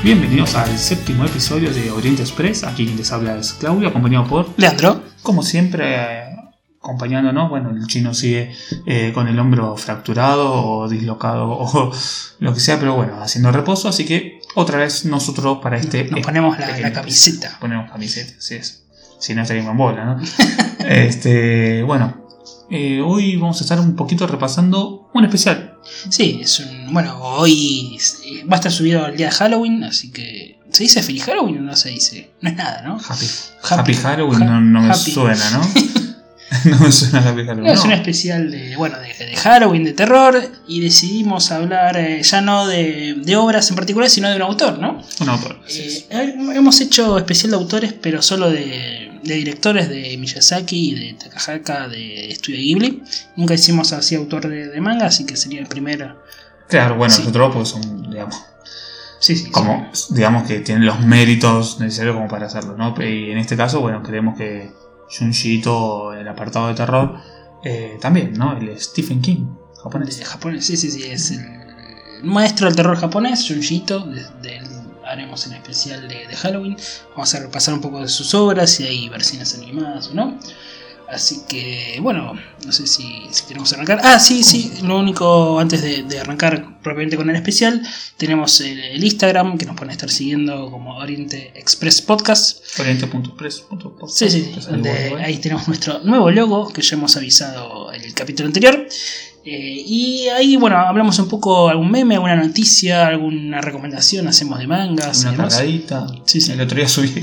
Bienvenidos al séptimo episodio de Oriente Express. Aquí quien les habla es Claudio, acompañado por Leandro. Como siempre, acompañándonos. Bueno, el chino sigue con el hombro fracturado o dislocado o lo que sea, pero bueno, haciendo reposo. Así que otra vez nosotros para Nos ponemos la camiseta. Ponemos camiseta, así es. Si no estaríamos en bola, ¿no? Bueno, hoy vamos a estar un poquito repasando un especial. Sí, hoy va a estar subido el día de Halloween, así que... ¿Se dice Feliz Halloween o no se dice? No es nada, ¿no? Happy Halloween no me suena, ¿no? No me suena Happy Halloween. No, es un especial de Halloween, de terror, y decidimos hablar ya no de obras en particular, sino de un autor, ¿no? Un autor, sí. Hemos hecho especial de autores, pero solo de directores de Miyazaki y de Takahata de Estudio Ghibli. Nunca hicimos así autor de manga, así que sería el primero. Claro, bueno, sí. Nosotros pues son, digamos... Sí, como, digamos que tienen los méritos necesarios como para hacerlo, ¿no? Y en este caso, bueno, creemos que Junji Ito, el apartado de terror, también, ¿no? El Stephen King, japonés. Sí, es el maestro del terror japonés, Junji Ito. De él haremos en especial de Halloween. Vamos a repasar un poco de sus obras y hay versiones animadas o no. Así que, bueno, no sé si tenemos que arrancar. Sí, lo único antes de arrancar propiamente con el especial, tenemos el Instagram que nos pueden estar siguiendo como Oriente Express Podcast. Oriente.express.podcast. Sí, donde ahí tenemos nuestro nuevo logo que ya hemos avisado en el capítulo anterior. Y ahí, bueno, hablamos un poco, algún meme, alguna noticia, alguna recomendación, hacemos de mangas. Una cargadita. Sí. El otro día subí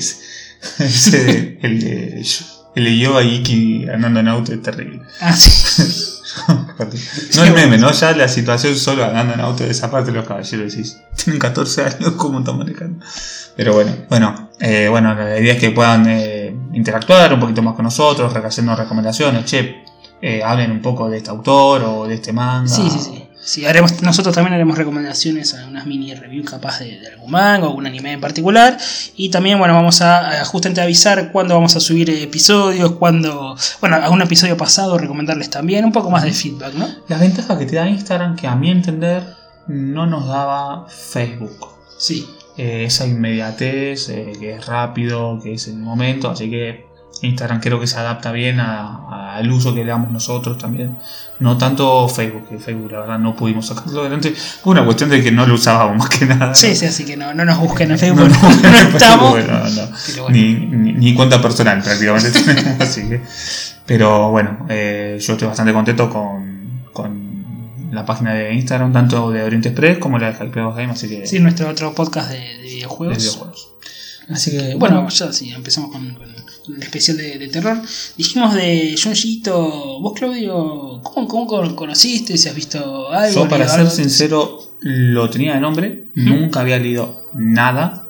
ese el de Yoga y Iki andando en auto es terrible. Sí. No el meme, ¿no? Ya la situación solo andando en auto de esa parte de los caballeros decís, tienen 14 años, ¿cómo están manejando? Pero bueno, la idea es que puedan interactuar un poquito más con nosotros, hacernos recomendaciones, hablen un poco de este autor o de este manga. Sí, nosotros también haremos recomendaciones a unas mini reviews capaz de algún manga o algún anime en particular. Y también, vamos a justamente avisar cuándo vamos a subir episodios, a un episodio pasado recomendarles también un poco más de feedback, ¿no? Las ventajas que te da Instagram, que a mi entender no nos daba Facebook. Sí. Esa inmediatez, que es rápido, que es en el momento, así que Instagram creo que se adapta bien al uso que le damos nosotros también. No tanto Facebook, que Facebook la verdad no pudimos sacarlo adelante. Fue una cuestión de que no lo usábamos más que nada. Sí, así que no nos busquen en Facebook, no estamos. Bueno. Ni cuenta personal prácticamente tenemos, así que. Pero bueno, yo estoy bastante contento con la página de Instagram, tanto de Oriente Express como la de Hypeados Game, así que. Sí, nuestro otro podcast de videojuegos. Así que, ya sí, empezamos con el especial de terror. Dijimos de Junji Ito. Vos, Claudio, ¿cómo conociste? Si has visto algo. Yo, para ser sincero, lo tenía de nombre. Nunca había leído nada.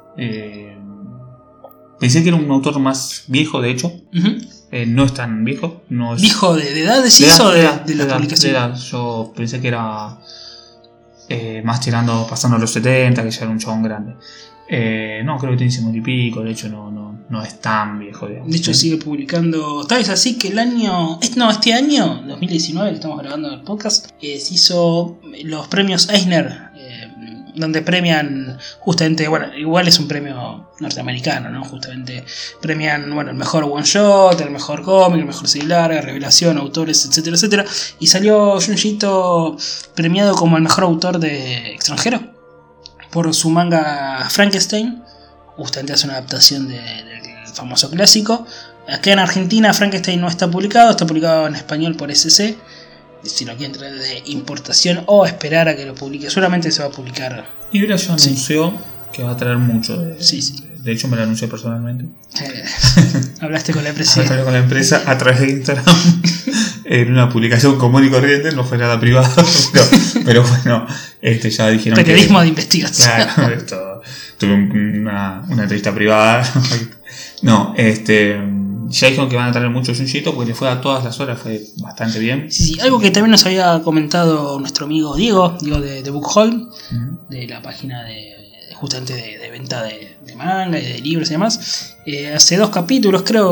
Pensé que era un autor más viejo, de hecho. No es tan viejo. No es... ¿Viejo de edad decís o de la publicación? De edad. Yo pensé que era más pasando los 70, que ya era un chabón grande. No, creo que tiene 50 y pico. De hecho no es tan viejo, digamos. De hecho sigue publicando. Tal vez así que este año 2019 que estamos grabando el podcast, se hizo los premios Eisner, donde premian justamente, igual es un premio norteamericano, ¿no? Justamente premian, el mejor one shot, el mejor cómic, el mejor serie larga, revelación, autores, etcétera. Y salió Junji Ito premiado como el mejor autor de extranjero por su manga Frankenstein. Justamente hace una adaptación del famoso clásico. Acá en Argentina Frankenstein no está publicado en español por SC. Si lo quieren traer de importación o esperar a que lo publique, seguramente se va a publicar. Y ahora ya anunció que va a traer mucho. Sí. De hecho me lo anuncié personalmente. Hablaste con la empresa. Hablé con la empresa a través de Instagram. En una publicación común y corriente, no fue nada privado. pero bueno, ya dijeron periodismo de investigación. Claro, tuve una entrevista privada. No, ya dijeron que van a traer mucho Junji Ito porque le fue a todas las horas, fue bastante bien. Sí, algo que también nos había comentado nuestro amigo Diego de Bookhaul, de la página justamente de venta de manga y de libros y demás. Hace 2 capítulos, creo,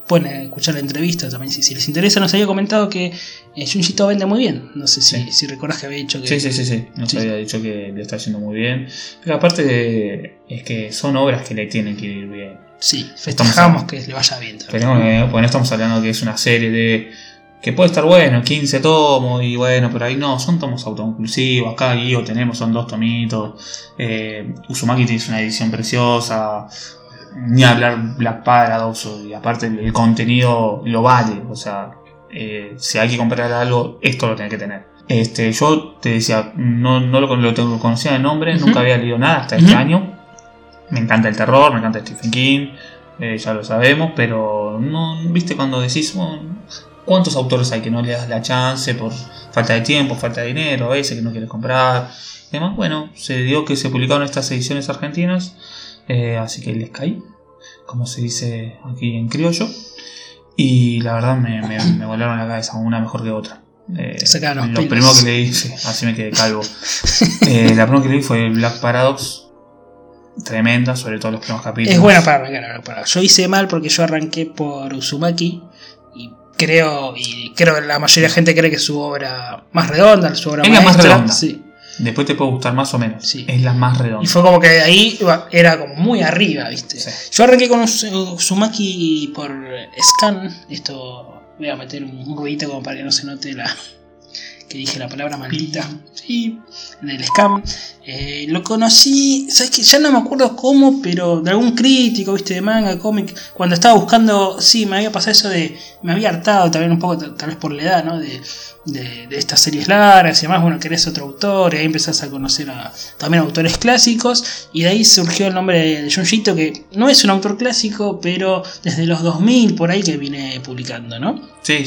pueden escuchar la entrevista también si les interesa. Nos había comentado que Junji Ito vende muy bien. No sé si recordás que había dicho que... Sí. Nos había dicho que le está yendo muy bien. Pero aparte es que son obras que le tienen que ir bien. Sí, festejamos que le vaya bien también. Pero bueno, estamos hablando que es una serie que puede estar bueno, 15 tomos, y bueno, pero ahí no, son tomos autoconclusivos. Acá Guío tenemos, son 2 tomitos. Uzumaki tiene una edición preciosa. Ni hablar Black Paradox, y aparte el contenido lo vale. O sea, si hay que comprar algo, esto lo tiene que tener. Yo te decía, no lo conocía de nombre, nunca había leído nada hasta este año. Me encanta el terror, me encanta Stephen King, ya lo sabemos, pero no, viste cuando decís, ¿cuántos autores hay que no le das la chance por falta de tiempo, falta de dinero, a veces que no quieres comprar? Y además, bueno, se dio que se publicaron estas ediciones argentinas, así que les caí, como se dice aquí en criollo, y la verdad me volaron la cabeza, una mejor que otra. Lo primero que leí, sí, así me quedé calvo. La primera que leí fue Black Paradox. Tremenda, sobre todo los primeros capítulos. Es buena para arrancar. Yo hice mal porque yo arranqué por Uzumaki y creo que la mayoría de gente cree que es su obra más redonda, su obra es maestra. La más redonda. Sí. Después te puede gustar más o menos. Sí. Es la más redonda. Y fue como que de ahí era como muy arriba, ¿viste? Sí. Yo arranqué con Uzumaki por Scan. Esto voy a meter un ruidito como para que no se note que dije la palabra maldita. Sí, en el Scam. Lo conocí, ¿sabes qué? Ya no me acuerdo cómo, pero de algún crítico, ¿viste? De manga, cómic. Cuando estaba buscando, sí, me había pasado eso me había hartado también un poco, tal vez por la edad, ¿no? De estas series largas y demás. Bueno, querés otro autor, y ahí empezás a conocer también autores clásicos. Y de ahí surgió el nombre de Junji Ito, que no es un autor clásico, pero desde los 2000 por ahí que viene publicando, ¿no? Sí.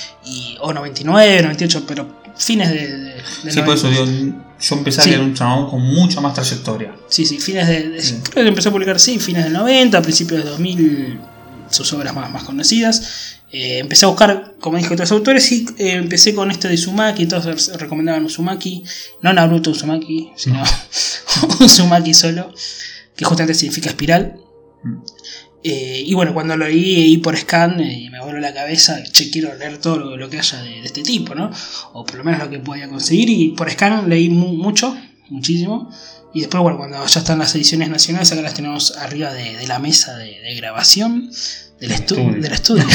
O 99, 98, pero fines de sí, por eso yo empecé a leer un chabón con mucha más trayectoria. Sí, fines creo que empezó a publicar, fines del 90, principios de 2000, sus obras más conocidas. Empecé a buscar, como dije, otros autores y empecé con este de Uzumaki. Todos recomendaban Uzumaki, no Naruto Uzumaki, sino Uzumaki solo, que justamente significa espiral. Y bueno, cuando lo leí por Scan me voló la cabeza, quiero leer todo lo que haya de este tipo, ¿no? O por lo menos lo que podía conseguir. Y por Scan leí muchísimo. Y después, bueno, cuando ya están las ediciones nacionales, acá las tenemos arriba de la mesa de grabación del estudio. Del estudio.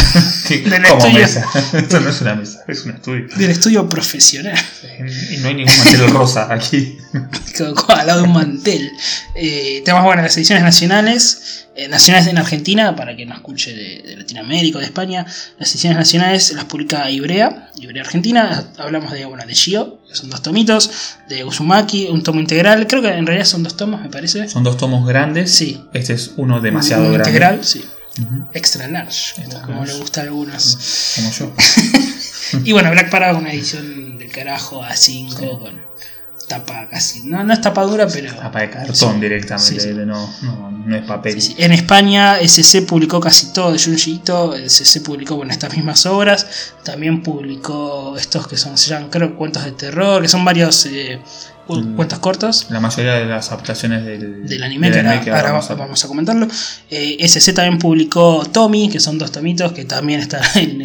Mesa? Esto no es una mesa, es un estudio. Del estudio profesional. Y no hay ningún mantel rosa aquí. Al lado de un mantel. Tenemos, bueno, las ediciones nacionales en Argentina, para que no escuche de Latinoamérica o de España. Las ediciones nacionales las publica Ibrea Argentina. Hablamos de Gio, que son 2 tomitos, de Uzumaki, un tomo integral. Creo que en realidad son 2 tomos, me parece. Son 2 tomos grandes. Sí. Este es uno demasiado grande. Integral, sí. Extra large, como le gusta a algunos. Como yo. Y bueno, Black Paradox, una edición del carajo A5 con tapa casi. No es tapa dura, pero. Tapa de cartón directamente, no es papel. Sí. En España, SC publicó casi todo de Junji Ito. SC publicó estas mismas obras. También publicó estos que se llaman, creo, cuentos de terror, que son varios. Cuentos cortos. La mayoría de las adaptaciones del anime, que ahora vamos a comentarlo. SC también publicó Tommy, que son 2 tomitos, que también están en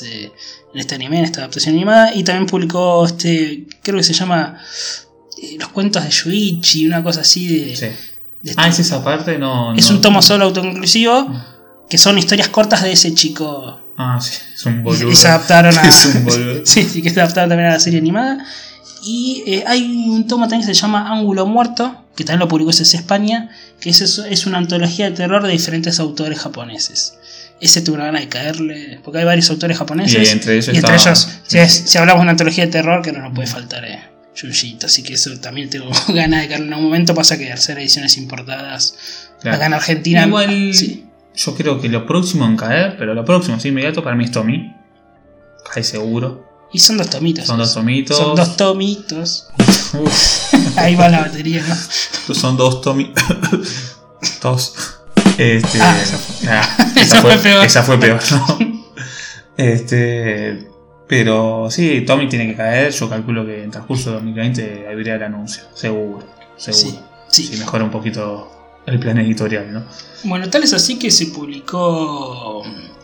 este anime, en esta adaptación animada. Y también publicó creo que se llama Los cuentos de Shuichi, una cosa así es esa parte, es un tomo solo autoconclusivo, que son historias cortas de ese chico. Sí, es un boludo. Y se adaptaron es un boludo. sí, que se adaptaron también a la serie animada. Y hay un tomo también que se llama Ángulo Muerto, que también lo publicó SC España, que es una antología de terror de diferentes autores japoneses. Ese tuve una gana de caerle, porque hay varios autores japoneses. Y entre ellos, si hablamos de una antología de terror, que no nos puede faltar Junji Ito, así que eso también tengo ganas de caerle en un momento. Pasa que al ser ediciones importadas acá en Argentina. Igual, yo creo que lo próximo en caer, pero lo próximo, inmediato, para mí es Tommy. Cae seguro. Y son 2 tomitos. Son 2 tomitos. Son 2 tomitos. Ahí va la batería, ¿no? Son 2 tomitos. Esa fue peor, ¿no? Pero sí, Tommy tiene que caer. Yo calculo que en transcurso de 2020 habría el anuncio. Seguro. Sí. Si mejora un poquito el plan editorial, ¿no? Bueno, tal es así que se publicó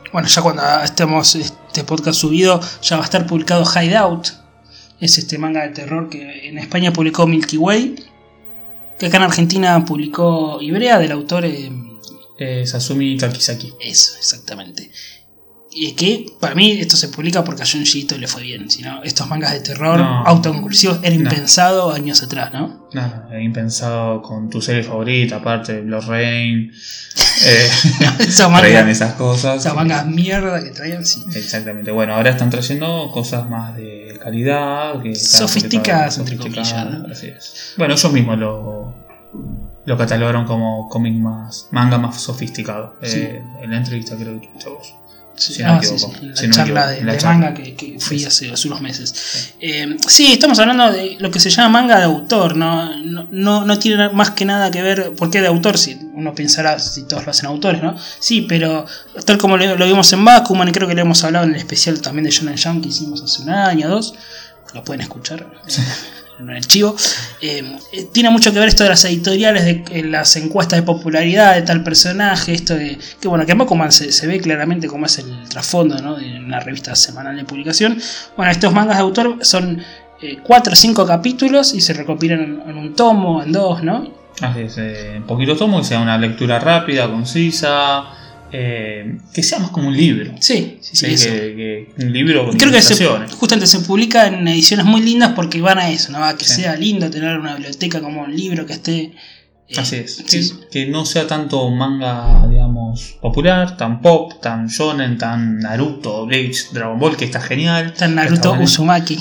bueno, ya cuando estemos este podcast subido, ya va a estar publicado Hideout. Es este manga de terror que en España publicó Milky Way, que acá en Argentina publicó Ibrea, del autor Sasumi Kakizaki. Eso, exactamente. Y que para mí esto se publica porque a Junji Ito le fue bien. Si no, estos mangas de terror autoconclusivos era impensado años atrás, ¿no? No, era impensado con tu serie favorita, aparte de Blood Rain. Traían esas cosas. Esas mangas mierda que traían, sí. Exactamente. Bueno, ahora están trayendo cosas más de calidad. Sofisticadas, entre comillas, ¿no? Así es. Bueno, ellos mismos lo catalogaron como cómic manga más sofisticado. Sí. En la entrevista creo que tuviste vos. Sí, si no sí. En la charla de manga que fui hace unos meses. Sí, estamos hablando de lo que se llama manga de autor, no tiene más que nada que ver. ¿Por qué de autor? Si uno pensará si todos lo hacen autores, ¿no? Sí, pero tal como lo vimos en Bakuman, y creo que lo hemos hablado en el especial también de Shonen Jump que hicimos hace un año o dos, lo pueden escuchar. En el chivo, tiene mucho que ver esto de las editoriales, de las encuestas de popularidad de tal personaje, esto de que bueno, que en Bakuman se ve claramente cómo es el trasfondo, ¿no? De una revista semanal de publicación. Bueno, estos mangas de autor son 4 o 5 capítulos y se recopilan en un tomo, en 2, ¿no? Así es, en poquitos tomos, que sea una lectura rápida, concisa. Que sea más como un libro. Sí, que un libro con creo que justamente se publica en ediciones muy lindas porque van a eso, ¿no? A que sea lindo tener una biblioteca como un libro que esté. Así es. Que no sea tanto un manga, digamos, popular, tan pop, tan shonen, tan Naruto, Bleach, Dragon Ball, que está genial. Tan Naruto Uzumaki.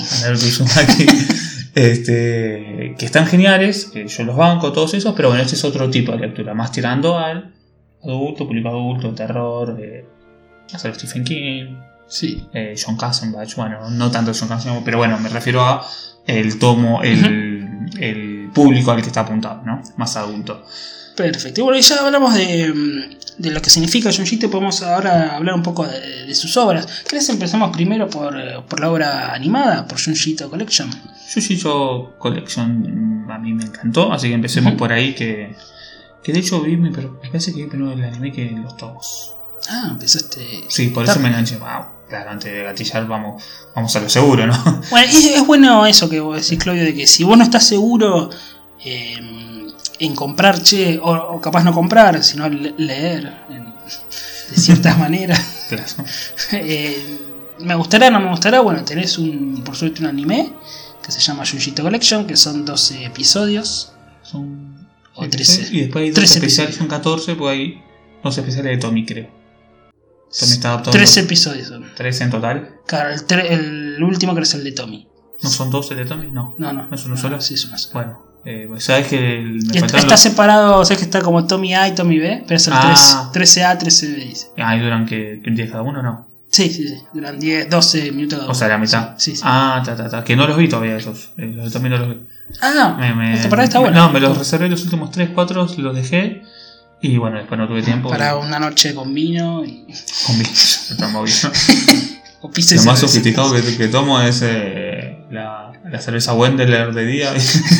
Que están geniales, que yo los banco, todos esos, pero bueno, este es otro tipo de lectura, más tirando al adulto, público adulto, terror, hacer Stephen King, sí. John Kassenbach, bueno, no tanto John Kassenbach, pero bueno, me refiero a el tomo, el público al que está apuntado, ¿no? Más adulto. Perfecto. Y bueno, ya hablamos de lo que significa Junji Ito, podemos ahora hablar un poco de sus obras. ¿Crees que empezamos primero por la obra animada, por Junji Ito Collection? Junji Ito Collection a mí me encantó, así que empecemos por ahí, que de hecho pero me parece que vi primero el anime que los tomos. Ah, empezaste. Sí, por eso me enganché. Wow, claro, antes de gatillar vamos a lo seguro, ¿no? Bueno, es bueno eso que vos decís, Claudio, de que si vos no estás seguro en comprar, o capaz no comprar, sino leer de ciertas maneras. Claro. Me gustará, no me gustará. Bueno, tenés por suerte un anime que se llama Junji Ito Collection, que son 12 episodios. O 13. Y después hay 2 especiales, son 14, pues hay 2 especiales de Tommy, creo. Tommy está adaptado. 13 episodios son. 13 en total. Claro, el último que es el de Tommy. ¿No son 12 de Tommy? No. No. ¿Es uno solo? Sí, es uno solo. Bueno, sabes que está separado, sabes que está como Tommy A y Tommy B, pero es el 13A, 13B, dice. ¿Y duran que 10 cada uno no? Sí, duran 10, 12 minutos cada uno. O sea, la mitad. Sí. Que no los vi todavía esos. Los también no los vi. Esta parada está buena. No, me los reservé los últimos 3, 4, los dejé. Y bueno, después no tuve tiempo. Para una noche con vino y. Con vino, no tomo vino. Lo más sofisticado que tomo es la cerveza Wendler de día.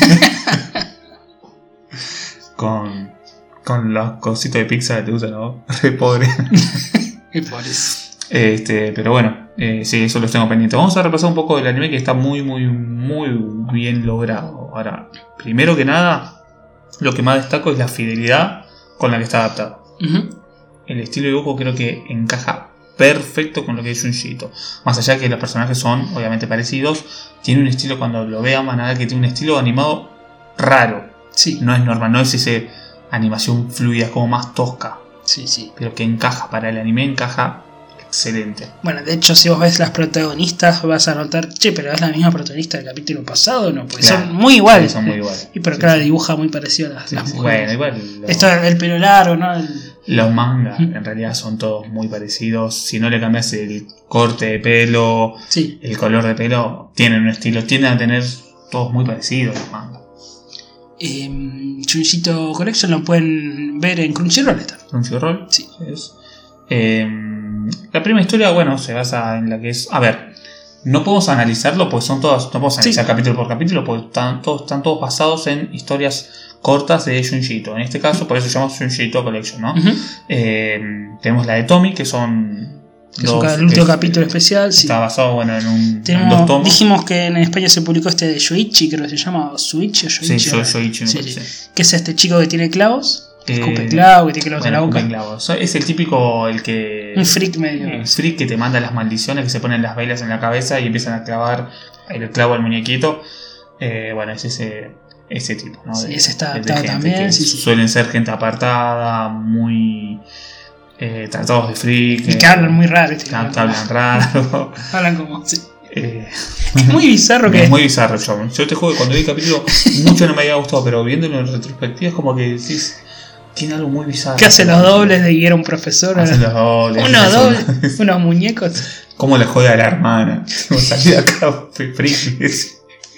con los cositos de pizza que te usan, ¿no? Re pobre. Qué pobres. Pero bueno, sí, eso los tengo pendientes. Vamos a repasar un poco del anime, que está muy, muy, muy bien logrado. Ahora, primero que nada, lo que más destaco es la fidelidad con la que está adaptado. El estilo de dibujo creo que encaja perfecto con lo que es Junji Ito. Más allá de que los personajes son obviamente parecidos, tiene un estilo, cuando lo vean van a ver que tiene un estilo animado raro. Sí. No es normal, no es esa animación fluida, es como más tosca. Sí. Pero que encaja, para el anime encaja excelente. Bueno, de hecho, si vos ves las protagonistas vas a notar, pero es la misma protagonista del capítulo pasado, ¿no? Porque claro, son muy iguales. Son muy iguales. Y pero claro, dibuja muy parecido a las mujeres. Bueno, igual. Esto el pelo largo, ¿no? Los mangas en realidad son todos muy parecidos. Si no le cambias el corte de pelo, el color de pelo, tienen un estilo, tienden a tener todos muy parecidos los mangas. Junji Ito Collection lo pueden ver en Crunchyroll. ¿Crunchyroll? Sí. La primera historia, bueno, se basa en la que es... A ver, no podemos analizarlo porque son todas... No podemos analizar capítulo por capítulo porque están todos basados en historias cortas de Junji Ito. En este caso, por eso se llama Junji Ito Collection, ¿no? Tenemos la de Tommy, que son Que es el último capítulo especial. Sí. Está basado en 2 tomos. Dijimos que en España se publicó este de Yoichi, creo que se llama. Switch o Yoichi. Sí, Yoichi. Sí. Que es este chico que tiene clavos. Que escupe clavos, que tiene clavos en la boca. Es el típico, el que... Un freak medio. El freak que te manda las maldiciones, que se ponen las velas en la cabeza y empiezan a clavar el clavo al muñequito. Es ese tipo, ¿no? Sí, ese está adaptado también. Sí. Suelen ser gente apartada, muy... tratados de freak. Y que hablan muy raro. Hablan raro. Hablan como... Sí. Es muy bizarro que... Es muy bizarro, yo te juro que cuando vi el capítulo mucho no me había gustado, pero viéndolo en retrospectiva es como que decís, tiene algo muy bizarro. ¿Qué hace los dobles de guiar a un profesor? Hacen los dobles. Unos muñecos. ¿Cómo le jode a la hermana? Salí de acá, friki.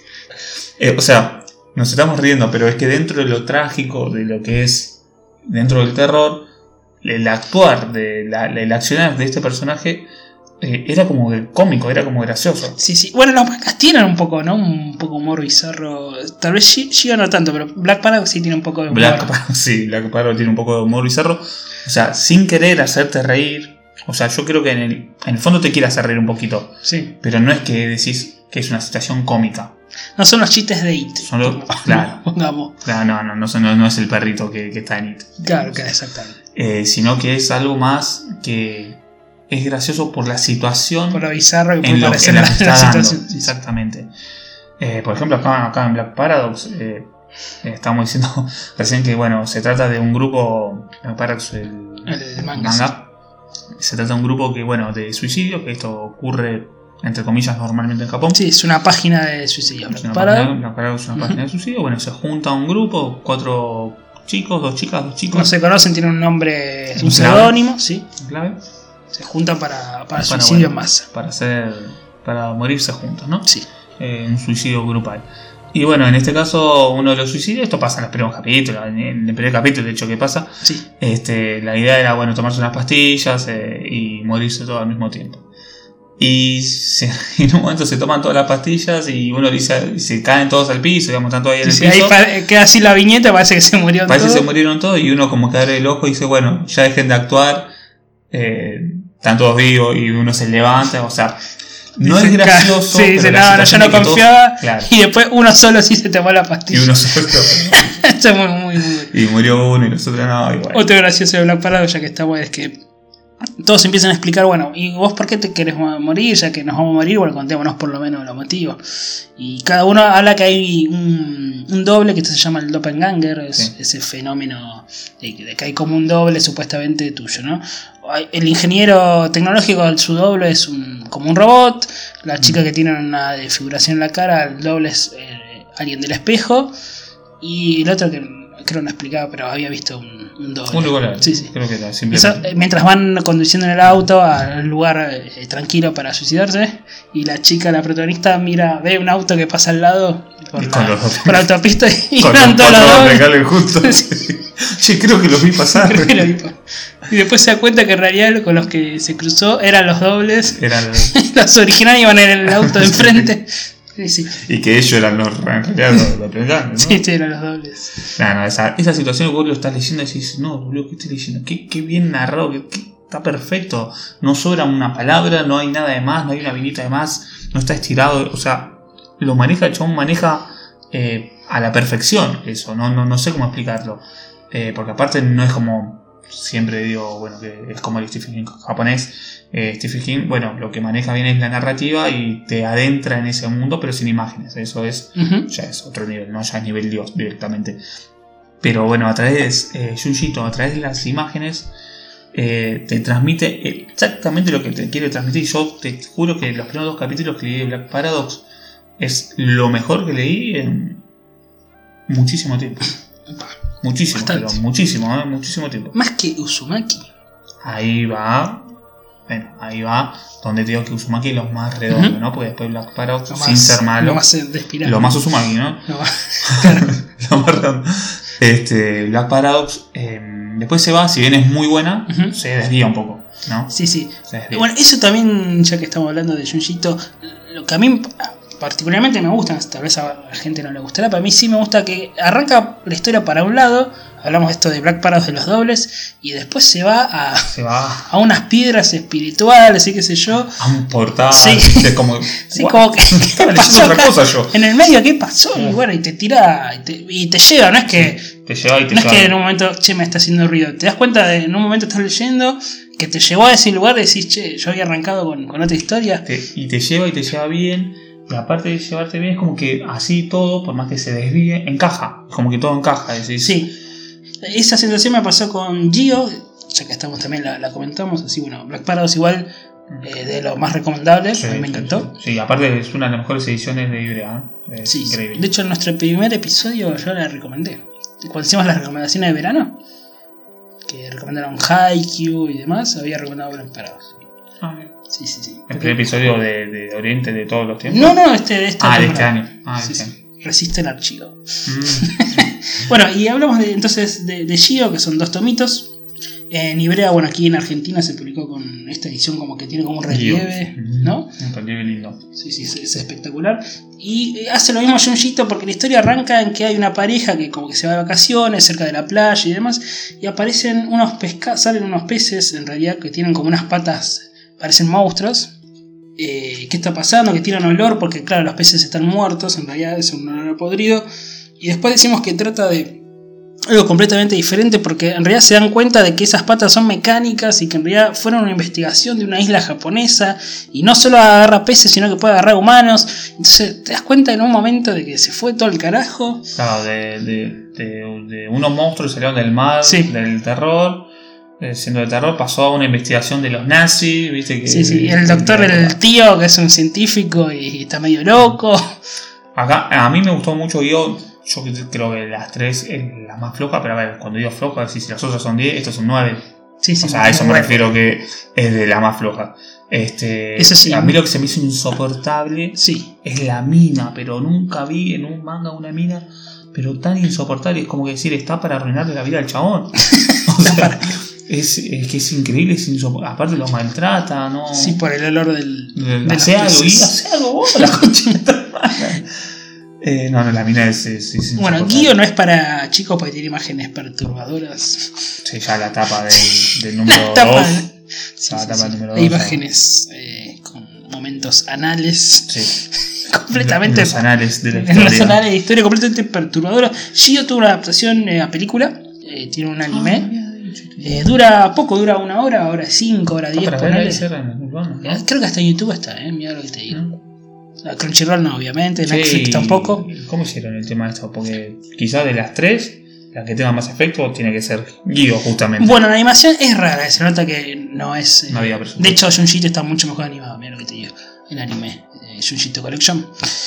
O sea, nos estamos riendo, pero es que dentro de lo trágico, de lo que es dentro del terror, el actuar, el accionar de este personaje era como cómico, era como gracioso. Sí. Bueno, los mangas tienen un poco, ¿no? Un poco humor bizarro. Tal vez Shiga no tanto, pero Black Paradox sí tiene un poco de humor. Black Paradox tiene un poco de humor bizarro. O sea, sin querer hacerte reír. O sea, yo creo que en el fondo te quiere hacer reír un poquito. Sí. Pero no es que decís que es una situación cómica. No son los chistes de It. Claro. Pongamos. Claro, no es el perrito que está en It. Claro, exactamente. Sino que es algo más que es gracioso por la situación. Por lo bizarro que puede parecer la situación. Exactamente. Por ejemplo, acá en Black Paradox estamos diciendo recién que se trata de un grupo. Black Paradox, el manga. Se trata de un grupo de suicidio, que esto ocurre entre comillas normalmente en Japón. Sí, es una página de suicidio. Black Paradox es una página de suicidio. Se junta un grupo, 4 chicos, 2 chicas, 2 chicos. No se conocen, tienen un nombre, un seudónimo, sí. Clave. Se juntan para suicidio en masa. Para morirse juntos, ¿no? Sí. Un suicidio grupal. Y en este caso, uno de los suicidios, esto pasa en los primeros capítulos, en el primer capítulo, de hecho, que pasa. Sí. La idea era, tomarse unas pastillas y morirse todo al mismo tiempo. Y en un momento se toman todas las pastillas y uno dice, se caen todos al piso, están todos ahí en el piso. Ahí queda así la viñeta, parece que se murieron todos. Parece que se murieron todos y uno como que abre el ojo y dice, ya dejen de actuar, están todos vivos, y uno se levanta, no es gracioso. Sí, dice, yo no confiaba. Claro. Y después uno solo sí se tomó la pastilla. Y uno solo. Eso es muy. Y murió uno y nosotros no. Igual. Otro gracioso de Black Paradox, ya que está es que todos empiezan a explicar, ¿y vos por qué te querés morir? Ya que nos vamos a morir, contémonos por lo menos los motivos. Y cada uno habla que hay un doble, que esto se llama el doppelganger, es ese fenómeno de que hay como un doble supuestamente tuyo, ¿no? El ingeniero tecnológico, su doble es como un robot, la chica que tiene una desfiguración en la cara, el doble es alguien del espejo, y el otro que creo no explicaba, pero había visto un doble. Un lugar, sí. Creo que era simplemente. Mientras van conduciendo en el auto al lugar tranquilo para suicidarse, y la chica, la protagonista, ve un auto que pasa al lado por la autopista y van todos los dobles. Justo. Sí, creo que los vi pasar. Y después se da cuenta que en realidad con los que se cruzó eran los dobles. Los originales iban en el auto de enfrente. Sí. Y que ellos eran los doppelgangers, ¿no? Sí, eran los dobles. Esa situación vos lo estás leyendo y decís, no, boludo, ¿qué estoy leyendo? Qué bien narrado, está perfecto. No sobra una palabra, no hay nada de más, no hay una vinita de más, no está estirado. Lo maneja, el chabón maneja a la perfección eso, no sé cómo explicarlo. Porque aparte no es como, siempre digo, que es como el Stephen King japonés. Stephen King, lo que maneja bien es la narrativa y te adentra en ese mundo, pero sin imágenes. Eso es, ya es otro nivel, ¿no? Ya es nivel Dios directamente. Pero a través de Junjito, a través de las imágenes, te transmite exactamente lo que te quiere transmitir. Yo te juro que los primeros 2 capítulos que leí de Black Paradox es lo mejor que leí en muchísimo tiempo. Muchísimo, pero muchísimo tiempo. Más que Uzumaki. Ahí va donde te digo que Uzumaki es lo más redondo, ¿no? Porque después Black Paradox, sin ser malo, lo más de espiral. Lo más Uzumaki, ¿no? Lo más redondo. Black Paradox después se va, si bien es muy buena, se desvía un poco, ¿no? Sí. Eso también, ya que estamos hablando de Junjito, lo que a mí particularmente me gustan, tal vez a la gente no le gustará, pero a mí sí me gusta que arranca la historia para un lado, hablamos de esto de Black Parados de los dobles, y después se va a unas piedras espirituales y qué sé yo. A un portal, sí. Como, sí, como que estaba leyendo otra cosa yo. En el medio, ¿qué pasó? Y bueno, y te tira y te lleva, no es que te lleva y te no lleva. Es que en un momento, che, me está haciendo ruido. Te das cuenta de en un momento estás leyendo que te llevó a ese lugar y decís, che, yo había arrancado con otra historia. Y te lleva bien. Y aparte de llevarte bien, es como que así todo, por más que se desvíe, encaja. Como que todo encaja. Decís. Sí. Esa sensación me pasó con Gio, ya que estamos también la comentamos. Así, bueno, Black Parados igual de lo más recomendable. Sí, a mí me encantó. Sí, aparte es una de las mejores ediciones de Ibrea. Es increíble. De hecho, en nuestro primer episodio yo la recomendé. Cuando hicimos las recomendaciones de verano, que recomendaron Haikyuu y demás, había recomendado Black Parados. Sí. ¿El primer episodio de Oriente de todos los tiempos? No, de este año. Sí. Resiste el archivo. Bueno, y hablamos entonces de Gio, que son 2 tomitos. En Ibrea, bueno, aquí en Argentina se publicó con esta edición como que tiene como un relieve, ¿no? Un relieve lindo. Sí, es espectacular. Y hace lo mismo Junjito porque la historia arranca en que hay una pareja que como que se va de vacaciones cerca de la playa y demás, y aparecen salen unos peces, en realidad, que tienen como unas patas, parecen monstruos. ¿Qué está pasando? Que tiran olor porque, claro, los peces están muertos, en realidad es un olor podrido. Y después decimos que trata de algo completamente diferente porque en realidad se dan cuenta de que esas patas son mecánicas y que en realidad fueron una investigación de una isla japonesa y no solo agarra peces sino que puede agarrar humanos. Entonces te das cuenta en un momento de que se fue todo el carajo. Claro, de unos monstruos salieron del mar, sí. Del terror. Siendo de terror pasó a una investigación de los nazis, viste que sí, el doctor, el tío que es un científico y está medio loco. Acá a mí me gustó mucho yo creo que las 3 es la más floja, pero a ver, cuando digo floja, si las otras son 10, estos son 9. Sí, o sea, a eso me refiero que es de la más floja. Eso sí. A mí lo que se me hizo insoportable es la mina, pero nunca vi en un manga una mina, pero tan insoportable, es como que decir, está para arruinarle la vida al chabón. O sea, es que es increíble, es insoportable. Aparte lo maltrata, ¿no? Sí, por el olor del hace algo vos, la conchita. No, la mina es bueno, Gio no es para chicos porque tiene imágenes perturbadoras. Sí, ya la tapa del número 2. La tapa del número 2. Hay imágenes con momentos anales. Sí. Completamente. En los anales de la historia. En los anales de historia completamente perturbadoras. Gio tuvo una adaptación a película. Tiene un anime. Dura poco, dura 1 hora, hora 5, hora 10. Creo que hasta en YouTube está, mira lo que te digo. Crunchyroll no, obviamente, Netflix tampoco. ¿Cómo hicieron el tema de esto? Porque quizás de las 3, la que tenga más efecto tiene que ser Gio, justamente. Bueno, la animación es rara, se nota que no es. No había presupuesto. De hecho, Junjito está mucho mejor animado, mira lo que te digo. El anime, Junjito Collection.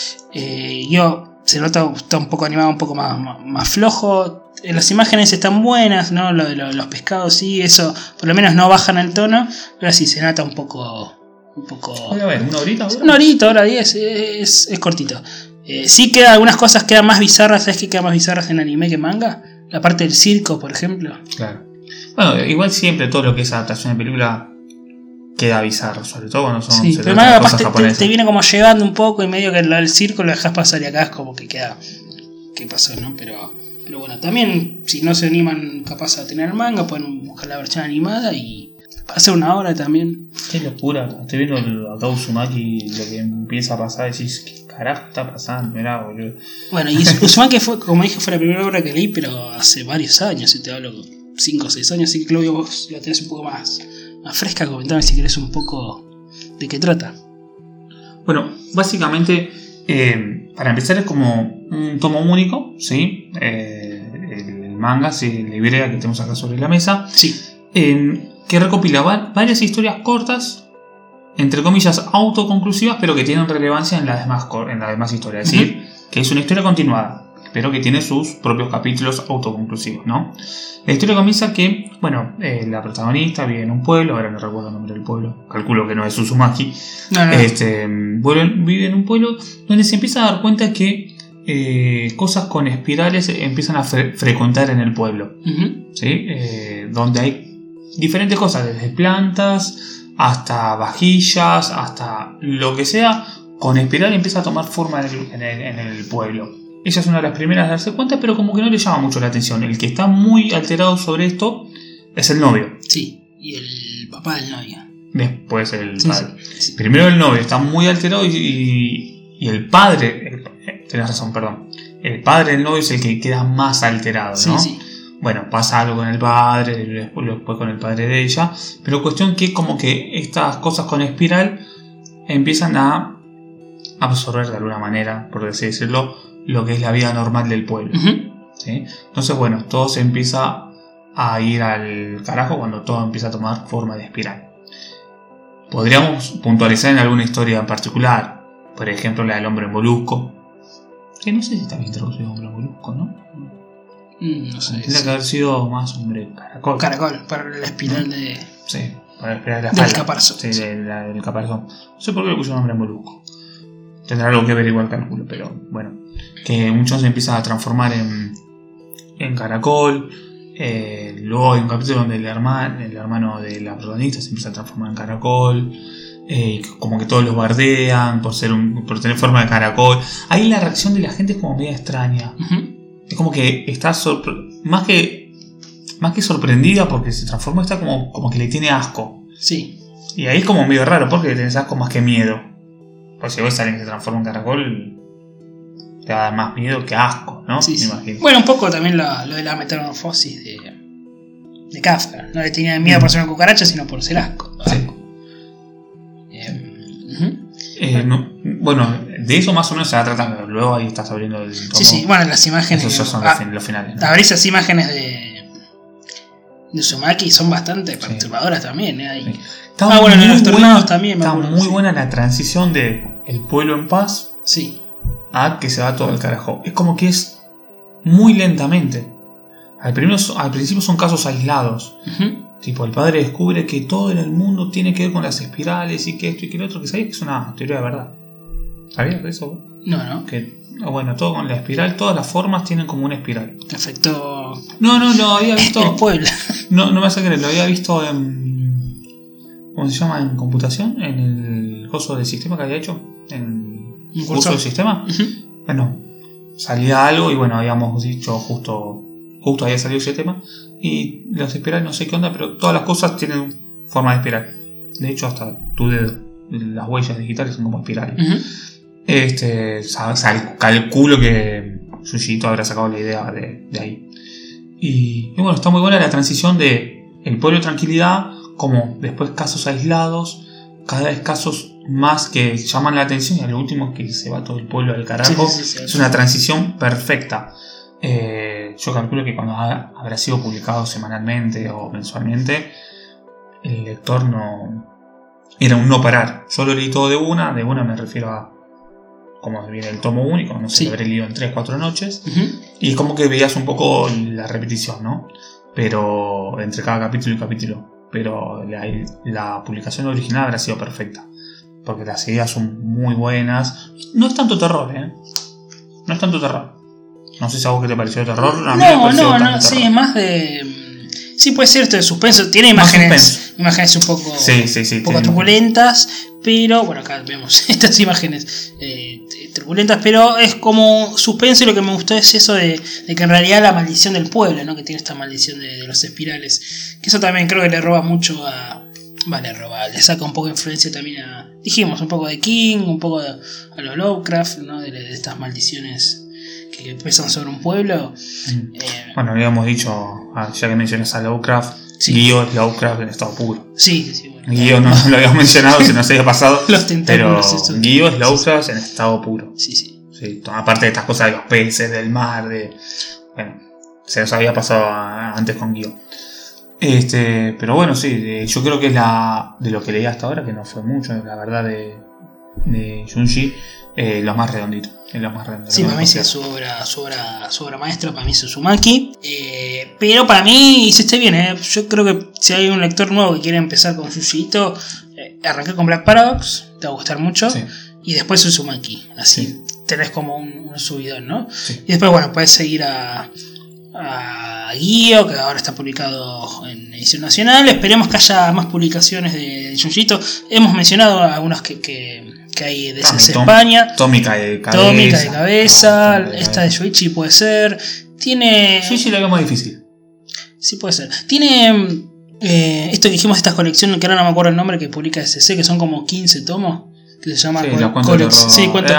Gio se nota está un poco animado, un poco más flojo. Las imágenes están buenas, ¿no? Lo de los pescados, sí, eso por lo menos no bajan el tono, pero sí se nota un poco. A ver, ¿una horita? Una horita, hora 10, es cortito. Sí queda algunas cosas quedan más bizarras. ¿Sabes qué queda más bizarras en anime que en manga? La parte del circo, por ejemplo. Claro. Bueno, igual siempre todo lo que es adaptación de película queda bizarro, sobre todo cuando son pero manga cosas japonesas. Te viene como llevando un poco y medio que el circo lo dejas pasar y acá es como que queda. ¿Qué pasó, no? Pero bueno, también si no se animan capaz a tener manga, pueden buscar la versión animada y hace 1 hora también. Qué locura. Estoy viendo acá Uzumaki, lo que empieza a pasar. Decís, ¿qué carajo está pasando? Mirá, boludo. Bueno, y Uzumaki fue, como dije, fue la primera obra que leí, pero hace varios años. Si te hablo 5 o 6 años. Así que Claudio, vos la tenés un poco más fresca. Comentame si querés un poco de qué trata. Bueno, básicamente, para empezar, es como un tomo único, ¿sí? El manga, la Ibrea que tenemos acá sobre la mesa. Sí. Que recopila varias historias cortas, entre comillas autoconclusivas, pero que tienen relevancia en las demás historias. Es decir, que es una historia continuada, pero que tiene sus propios capítulos autoconclusivos, ¿no? La historia comienza que, bueno, la protagonista vive en un pueblo, ahora no recuerdo el nombre del pueblo, calculo que no es Uzumaki. No. Vive en un pueblo donde se empieza a dar cuenta que cosas con espirales empiezan a frecuentar en el pueblo, ¿sí? Donde hay diferentes cosas, desde plantas hasta vajillas, hasta lo que sea, con espiral empieza a tomar forma en el pueblo. Ella es una de las primeras a darse cuenta, pero como que no le llama mucho la atención. El que está muy alterado sobre esto es el novio. Sí, y el papá del novio. Después el Sí, padre. sí. Primero el novio está muy alterado y el padre... tenés razón, perdón. El padre del novio es el que queda más alterado, ¿no? Sí. Bueno, pasa algo con el padre, después con el padre de ella. Pero cuestión que como que estas cosas con espiral empiezan a absorber de alguna manera, por así decirlo, lo que es la vida normal del pueblo. Uh-huh. ¿Sí? Entonces, bueno, todo se empieza a ir al carajo cuando todo empieza a tomar forma de espiral. Podríamos puntualizar en alguna historia en particular, por ejemplo la del hombre molusco, que no sé si está bien traducido hombre molusco, ¿no? No sé. Tendría que haber sido más hombre caracol. Caracol, para la espiral de... Sí, para la espiral de la del espalda. caparazón. Sí, del caparazón. No sé por qué le pusieron hombre molusco. Tendrá algo que ver igual cálculo, pero bueno. Que un chon se empieza a transformar en caracol. Luego hay un capítulo donde el hermano de la protagonista se empieza a transformar en caracol. Como que todos los bardean por tener forma de caracol. Ahí la reacción de la gente es como media extraña. Uh-huh. Es como que está más que sorprendida porque se transforma, está como que le tiene asco. Sí. Y ahí es como medio raro porque le tenés asco más que miedo. Porque si ves a alguien que se transforma en caracol, te va a dar más miedo que asco, ¿no? Sí, Me sí. imagino. Bueno, un poco también lo de la metamorfosis de Kafka. No le tenía miedo por ser una cucaracha, sino por ser asco. Sí. Uh-huh. Bueno, de eso más o menos se va a tratar, pero luego ahí estás abriendo el tomo. Sí. Bueno, las imágenes. Esos ya son los finales, ¿no? Abrir esas imágenes de Uzumaki son bastante perturbadoras también. Ahí. Sí. Está bueno, muy los tornados buena, también. Está acuerdo, muy sí. buena la transición de el pueblo en paz Sí. a que se va todo al carajo. Es como que es muy lentamente. Al principio son casos aislados. Uh-huh. Tipo, el padre descubre que todo en el mundo tiene que ver con las espirales y que esto y que lo otro, que sabía que es una teoría de verdad. ¿Sabías de eso? No. Que, bueno, todo con la espiral, todas las formas tienen como una espiral. Te afectó No, lo había visto. el pueblo. No me hace creer, lo había visto en. ¿Cómo se llama? En computación, en el curso del sistema que había hecho. En el curso del sistema. Uh-huh. Bueno, salía algo y bueno, habíamos dicho justo había salido ese tema. Y las espirales no sé qué onda, pero todas las cosas tienen forma de espiral. De hecho, hasta tu dedo, las huellas digitales son como espirales. Uh-huh. Calculo que Yuyito habrá sacado la idea de ahí. Y bueno, está muy buena la transición de el pueblo de tranquilidad, como después casos aislados, cada vez casos más que llaman la atención y al último que se va todo el pueblo al carajo. Sí. Es una transición perfecta. Yo calculo que cuando habrá sido publicado semanalmente o mensualmente, el lector no... Era un no parar. Yo lo leí todo de una me refiero a como viene el tomo único, no sé, lo habré leído en 3-4 noches. Uh-huh. Y como que veías un poco la repetición, ¿no? Pero entre cada capítulo y capítulo. Pero la publicación original habrá sido perfecta. Porque las ideas son muy buenas. No es tanto terror, No es tanto terror. No sé si a vos qué te pareció de terror. A mí me pareció bastante sí, terror. es más de... Sí, puede ser esto de suspenso. Tiene imágenes un poco, sí, un poco truculentas, pero bueno, acá vemos estas imágenes truculentas, pero es como suspenso y lo que me gustó es eso de que en realidad la maldición del pueblo, ¿no? Que tiene esta maldición de los espirales, que eso también creo que le roba mucho le saca un poco de influencia también dijimos, un poco de King, un poco a los Lovecraft, ¿no? De estas maldiciones que pesan sobre un pueblo. Bueno, habíamos dicho, ya que mencionas a Lovecraft, Guío es Lovecraft en estado puro. Sí, bueno. Guío no lo habíamos mencionado, se nos había pasado. Los tentáculos, pero Guío es Lovecraft en estado puro. Sí. Aparte de estas cosas de los peces, del mar, bueno, se nos había pasado antes con Guío. Pero bueno, sí, yo creo que es de lo que leí hasta ahora, que no fue mucho, la verdad, de Junji, lo más redondito. Sí, para mí es su obra maestra, para mí es Uzumaki. Pero para mí hiciste bien, yo creo que si hay un lector nuevo que quiere empezar con Yuyito, arranqué con Black Paradox, te va a gustar mucho. Sí. Y después Uzumaki, así tenés como un subidón, ¿no? Sí. Y después, bueno, puedes seguir a a Gyo, que ahora está publicado en edición nacional. Esperemos que haya más publicaciones de Junjito. Hemos mencionado algunas que hay de España. Tómica de cabeza. Esta de Shuichi puede ser. Tiene. Shuichi la veo más difícil. Sí, puede ser. Tiene esto que dijimos, estas colecciones, que ahora no me acuerdo el nombre, que publica SC, que son como 15 tomos. Que se llama cuentos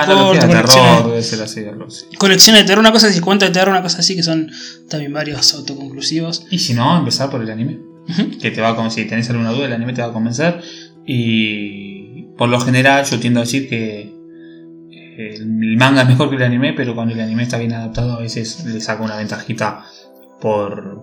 cortos. Colecciones de terror, una cosa así, cuentos de terror, una cosa así, que son también varios autoconclusivos. Y si no, empezar por el anime. Que te va a convencer. Si tenés alguna duda, el anime te va a convencer. Y por lo general, yo tiendo a decir que el manga es mejor que el anime, pero cuando el anime está bien adaptado, a veces le saca una ventajita por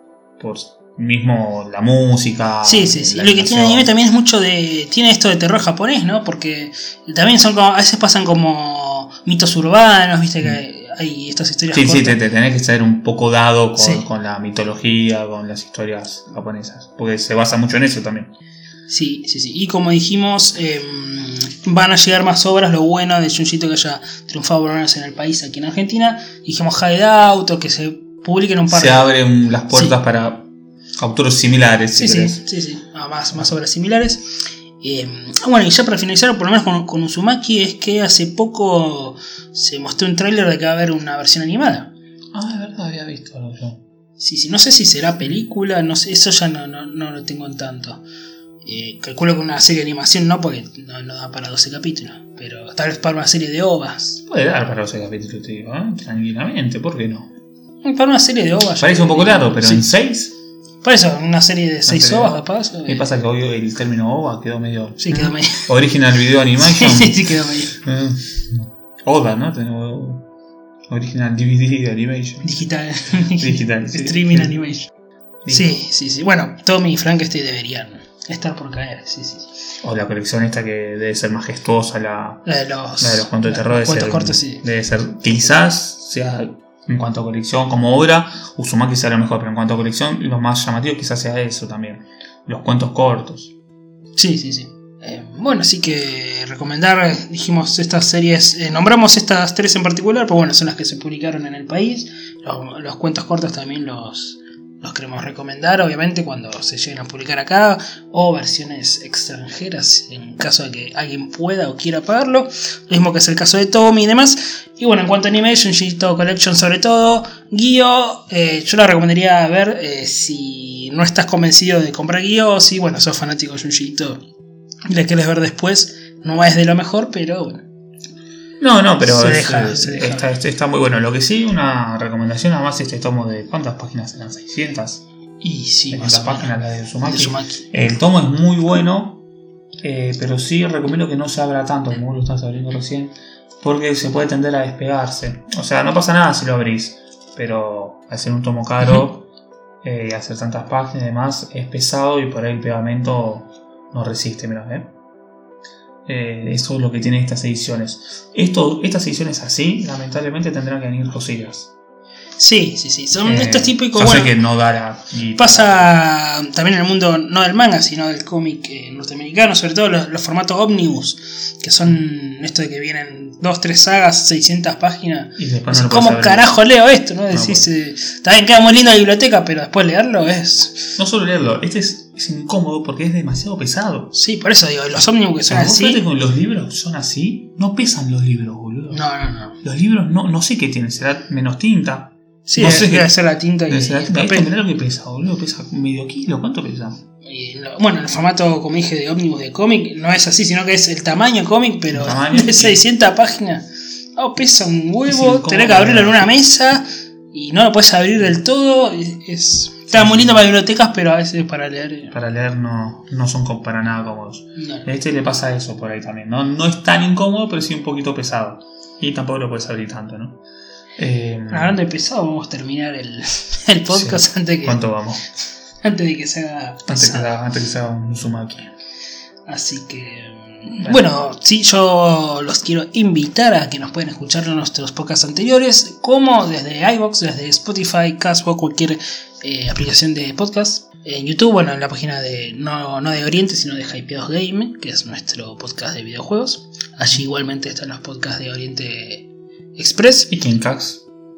mismo la música. Sí. Lo que tiene el anime también es mucho tiene esto de terror japonés, ¿no? Porque también son como, a veces pasan como mitos urbanos, viste que hay estas historias. Sí, te tenés que estar un poco dado con la mitología, con las historias japonesas, porque se basa mucho en eso también. Sí. Y como dijimos, van a llegar más obras. Lo bueno de Junjito que haya triunfado por lo menos en el país, aquí en Argentina. Dijimos Hideout, que se publiquen un par Se abren las puertas para autores similares. Sí. Más obras similares. Bueno, y ya para finalizar, por lo menos con Uzumaki, es que hace poco se mostró un tráiler de que va a haber una versión animada. Es verdad, había visto algo yo. Sí, no sé si será película, no sé, eso ya no lo tengo en tanto. Calculo que una serie de animación no, porque no da para 12 capítulos, pero tal vez para una serie de ovas. Puede dar para 12 capítulos, te digo, tranquilamente, ¿por qué no? Para una serie de ovas. Parece un poco largo, pero en 6. Por eso, una serie de 6 ovas capaz. ¿Qué pasa? Que hoy el término ova quedó medio. Sí, quedó medio. Original Video Animation. sí, quedó medio. Oda, ¿no? Tenemos Original DVD Animation. Digital. Streaming Animation. Sí. Bueno, Tommy y Frankenstein deberían estar por caer. Sí. O la colección esta que debe ser majestuosa, la de los cuentos de terror. Cuentos cortos, sí. Debe ser, quizás sea. En cuanto a colección, como obra, Uzumaki sea lo mejor, pero en cuanto a colección, lo más llamativo quizás sea eso también. Los cuentos cortos. Sí. Bueno, así que recomendar, dijimos estas series, nombramos estas 3 en particular, pero bueno, son las que se publicaron en el país. Los cuentos cortos también los queremos recomendar, obviamente, cuando se lleguen a publicar acá, o versiones extranjeras, en caso de que alguien pueda o quiera pagarlo. Lo mismo que es el caso de Tommy y demás. Y bueno, en cuanto a Animation, Junjito Collection sobre todo, Gyo, yo la recomendaría ver si no estás convencido de comprar Gyo, o si, bueno, sos fanático de Junjito y la querés ver después. No es de lo mejor, pero bueno. No, pero se deja. Está muy bueno. Lo que sí, una recomendación, además, este tomo de ¿cuántas páginas eran? 600. Y sí, más páginas, la de Uzumaki. El tomo es muy bueno, pero sí recomiendo que no se abra tanto, como lo estás abriendo recién, porque se puede tender a despegarse. O sea, no pasa nada si lo abrís, pero al ser un tomo caro, hacer tantas páginas y demás, es pesado y por ahí el pegamento no resiste, mirá, eso es lo que tienen estas ediciones. Estas ediciones así, lamentablemente tendrán que venir cosidas. Sí. Son estos típicos. Yo sé que no dará. Pasa también en el mundo no del manga, sino del cómic norteamericano, sobre todo los formatos ómnibus, que son esto de que vienen 2-3 sagas, 600 páginas. Y después no ¿Cómo carajo leo esto? ¿No? Decís, está bien, queda muy lindo la biblioteca, pero después leerlo es. No solo leerlo, es incómodo porque es demasiado pesado. Sí, por eso digo, los ómnibus que son así. Fíjate con los libros son así, no pesan los libros, boludo. No. Los libros no sé qué tienen, será menos tinta. Sí, no debe ser la tinta y el papel. Mirá lo que pesa, boludo, pesa medio kilo, ¿cuánto pesa? Bueno, el formato, como dije, de ómnibus de cómic no es así, sino que es el tamaño cómic, pero de 600 páginas. Pesa un huevo, tenés que abrirlo en una mesa y no lo puedes abrir del todo. Está muy lindo para bibliotecas, pero a veces para leer. Para leer no son para nada cómodos. No. A este le pasa eso por ahí también. No es tan incómodo, pero sí un poquito pesado. Y tampoco lo puedes abrir tanto, ¿no? Hablando de pesado, vamos a terminar el podcast antes que. ¿Cuánto vamos? Antes de que se haga pesado. Antes que se haga un Uzumaki. Así que. Bueno, sí, yo los quiero invitar a que nos pueden escuchar en nuestros podcasts anteriores, como desde iVoox, desde Spotify, Castbox, cualquier aplicación de podcast. En YouTube, bueno, en la página de no de Oriente, sino de Hypeados Game, que es nuestro podcast de videojuegos. Allí igualmente están los podcasts de Oriente Express. ¿Y Kinkax?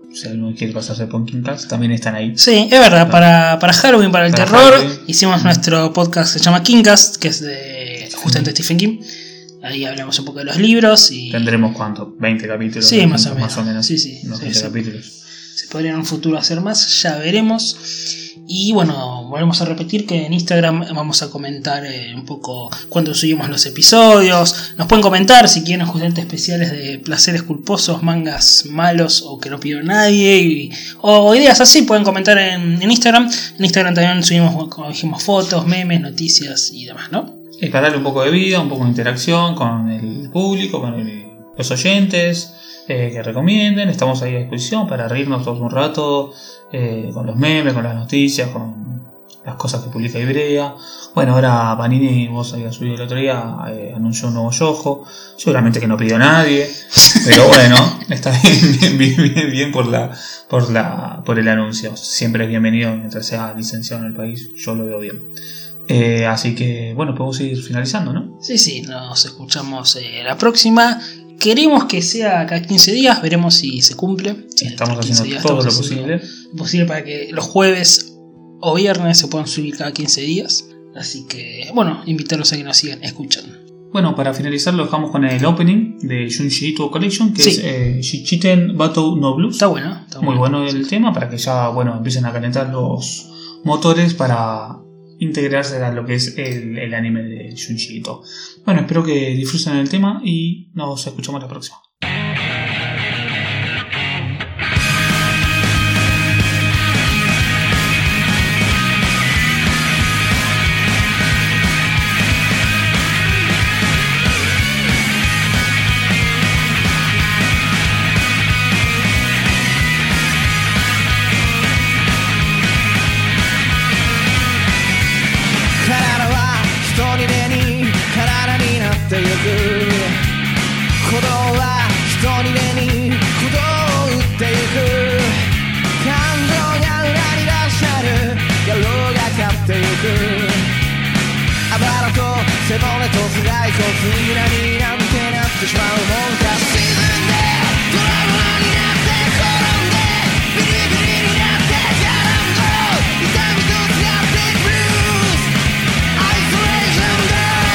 Si alguno quiere pasarse por Kinkcast, también están ahí. Sí, es verdad, para Halloween, para el Para terror, Halloween. hicimos nuestro podcast, se llama Kinkcast, que es de justamente Stephen King. Ahí hablamos un poco de los libros y... Tendremos ¿cuánto? 20 capítulos. Sí, más o Más o menos. Sí, Unos sí, 20 sí. capítulos. Se podría en un futuro hacer más, ya veremos. Y bueno, volvemos a repetir que en Instagram vamos a comentar un poco cuando subimos los episodios. Nos pueden comentar si quieren justamente especiales de placeres culposos, mangas malos o que no pidió nadie. O ideas así, pueden comentar en Instagram. En Instagram también subimos, como dijimos, fotos, memes, noticias y demás, ¿no? Y para darle un poco de vida, un poco de interacción con el público, con los oyentes, que recomienden. Estamos ahí a disposición para reírnos todos un rato, con los memes, con las noticias, con las cosas que publica Ibrea. Bueno, ahora Panini, vos habías subido el otro día, anunció un nuevo Yojo. Seguramente que no pidió nadie, pero bueno, está bien por el anuncio. Siempre es bienvenido mientras sea licenciado en el país, yo lo veo bien. Así que bueno, podemos ir finalizando, ¿no? Sí, nos escuchamos la próxima. Queremos que sea cada 15 días, veremos si se cumple. Estamos haciendo todo lo posible para que los jueves o viernes se puedan subir cada 15 días. Así que, bueno, invitarlos a que nos sigan escuchando. Bueno, para finalizar lo dejamos con el opening de Junji Ito Collection, que Sí. es Shichiten Batou no Blues. Está bueno. Muy bueno el tema, para que ya, bueno, empiecen a calentar los motores para integrarse a lo que es el anime de Junji Ito. Bueno, espero que disfruten el tema y nos escuchamos la próxima. 背骨と頭蓋骨に何なんてなってしまうもんか沈んでドラマになって転んでビリビリになってギャランド痛みと使ってブルースアイソレーションダ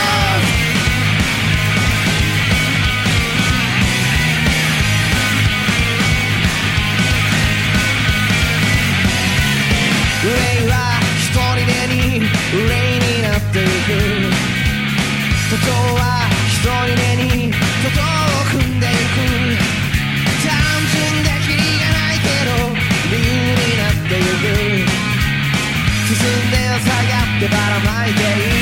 ウン憂いは一人でに憂いになっていく徒党は一人でに徒党を踏んでいく単純でキリがないけど理由になってゆく進んで下がってばらまいている